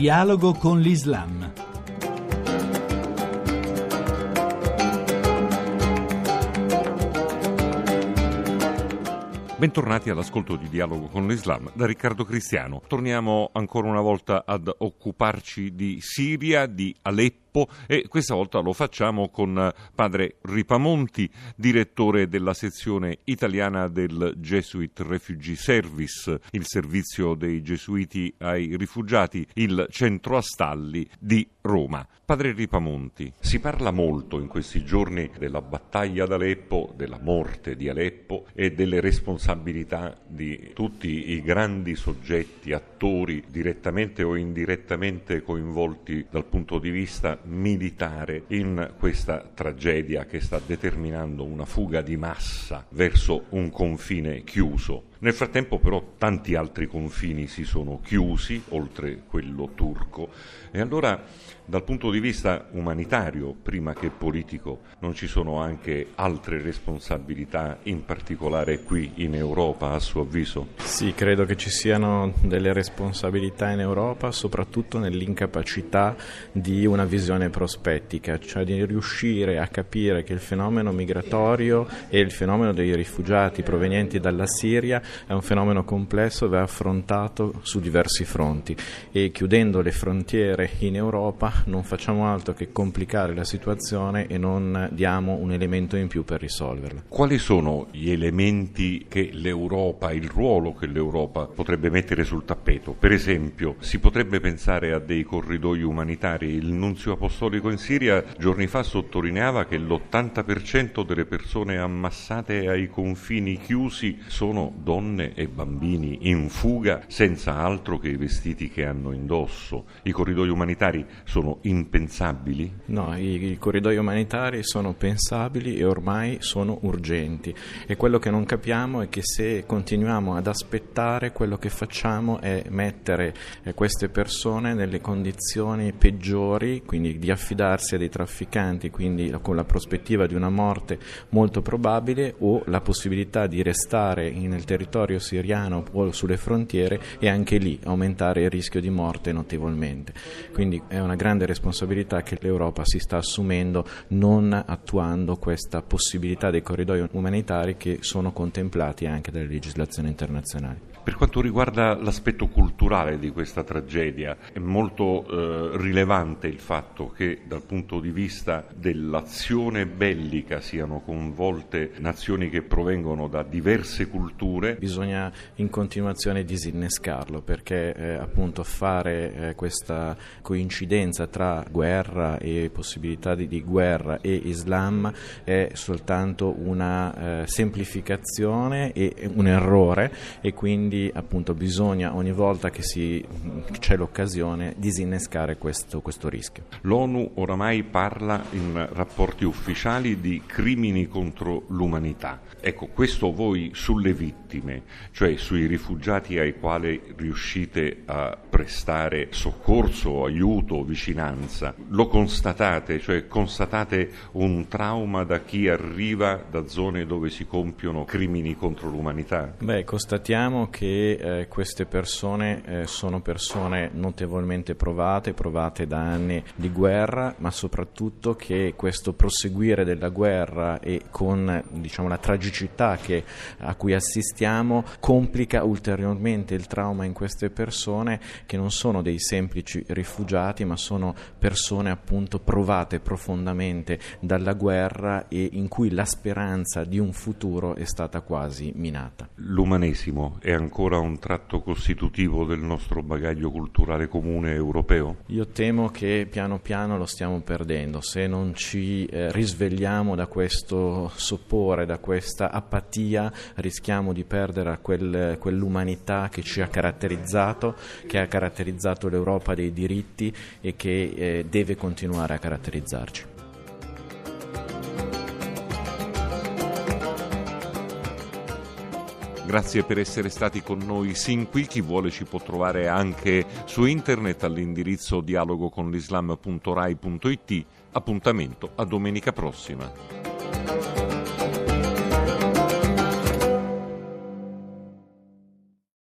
Dialogo con l'Islam. Bentornati all'ascolto di Dialogo con l'Islam da Riccardo Cristiano. Torniamo ancora una volta ad occuparci di Siria, di Aleppo, e questa volta lo facciamo con padre Ripamonti, direttore della sezione italiana del Jesuit Refugee Service, il servizio dei gesuiti ai rifugiati, il centro Astalli di Roma. Padre Ripamonti, si parla molto in questi giorni della battaglia ad Aleppo, della morte di Aleppo e delle responsabilità di tutti i grandi soggetti, attori direttamente o indirettamente coinvolti dal punto di vista militare in questa tragedia che sta determinando una fuga di massa verso un confine chiuso. Nel frattempo però tanti altri confini si sono chiusi, oltre quello turco, e allora dal punto di vista umanitario, prima che politico, non ci sono anche altre responsabilità, in particolare qui in Europa, a suo avviso? Sì, credo che ci siano delle responsabilità in Europa, soprattutto nell'incapacità di una visione prospettica, cioè di riuscire a capire che il fenomeno migratorio e il fenomeno dei rifugiati provenienti dalla Siria è un fenomeno complesso e va affrontato su diversi fronti, e chiudendo le frontiere in Europa non facciamo altro che complicare la situazione e non diamo un elemento in più per risolverla. Quali sono gli elementi che l'Europa, il ruolo che l'Europa potrebbe mettere sul tappeto? Per esempio, si potrebbe pensare a dei corridoi umanitari. Il nunzio apostolico in Siria giorni fa sottolineava che l'80% delle persone ammassate ai confini chiusi sono donne e bambini in fuga, senza altro che i vestiti che hanno indosso. I corridoi umanitari sono impensabili? No, i corridoi umanitari sono pensabili e ormai sono urgenti, e quello che non capiamo è che se continuiamo ad aspettare, quello che facciamo è mettere queste persone nelle condizioni peggiori, quindi di affidarsi a dei trafficanti, quindi con la prospettiva di una morte molto probabile, o la possibilità di restare nel territorio siriano o sulle frontiere e anche lì aumentare il rischio di morte notevolmente. Quindi è una grande responsabilità che l'Europa si sta assumendo non attuando questa possibilità dei corridoi umanitari che sono contemplati anche dalle legislazioni internazionali. Per quanto riguarda l'aspetto culturale di questa tragedia, è molto rilevante il fatto che dal punto di vista dell'azione bellica siano coinvolte nazioni che provengono da diverse culture. Bisogna in continuazione disinnescarlo, perché appunto fare questa coincidenza tra guerra e possibilità di guerra e Islam è soltanto una semplificazione e un errore, e quindi appunto bisogna ogni volta che c'è l'occasione disinnescare questo rischio. L'ONU oramai parla in rapporti ufficiali di crimini contro l'umanità. Ecco, questo voi sulle vittime, cioè sui rifugiati ai quali riuscite a prestare soccorso, aiuto, vicinanza, lo constatate? Cioè constatate un trauma da chi arriva da zone dove si compiono crimini contro l'umanità? Constatiamo che queste persone sono persone notevolmente provate da anni di guerra, ma soprattutto che questo proseguire della guerra e con la tragicità a cui assistiamo complica ulteriormente il trauma in queste persone, che non sono dei semplici rifugiati, ma sono persone appunto provate profondamente dalla guerra e in cui la speranza di un futuro è stata quasi minata. L'umanesimo è ancora un tratto costitutivo del nostro bagaglio culturale comune europeo? Io temo che piano piano lo stiamo perdendo. Se non ci risvegliamo da questo sopore, da questa apatia, rischiamo di perdere quell'umanità che ci ha caratterizzato, che ha caratterizzato l'Europa dei diritti e che deve continuare a caratterizzarci. Grazie per essere stati con noi sin qui. Chi vuole ci può trovare anche su internet all'indirizzo dialogoconlislam.rai.it. Appuntamento a domenica prossima.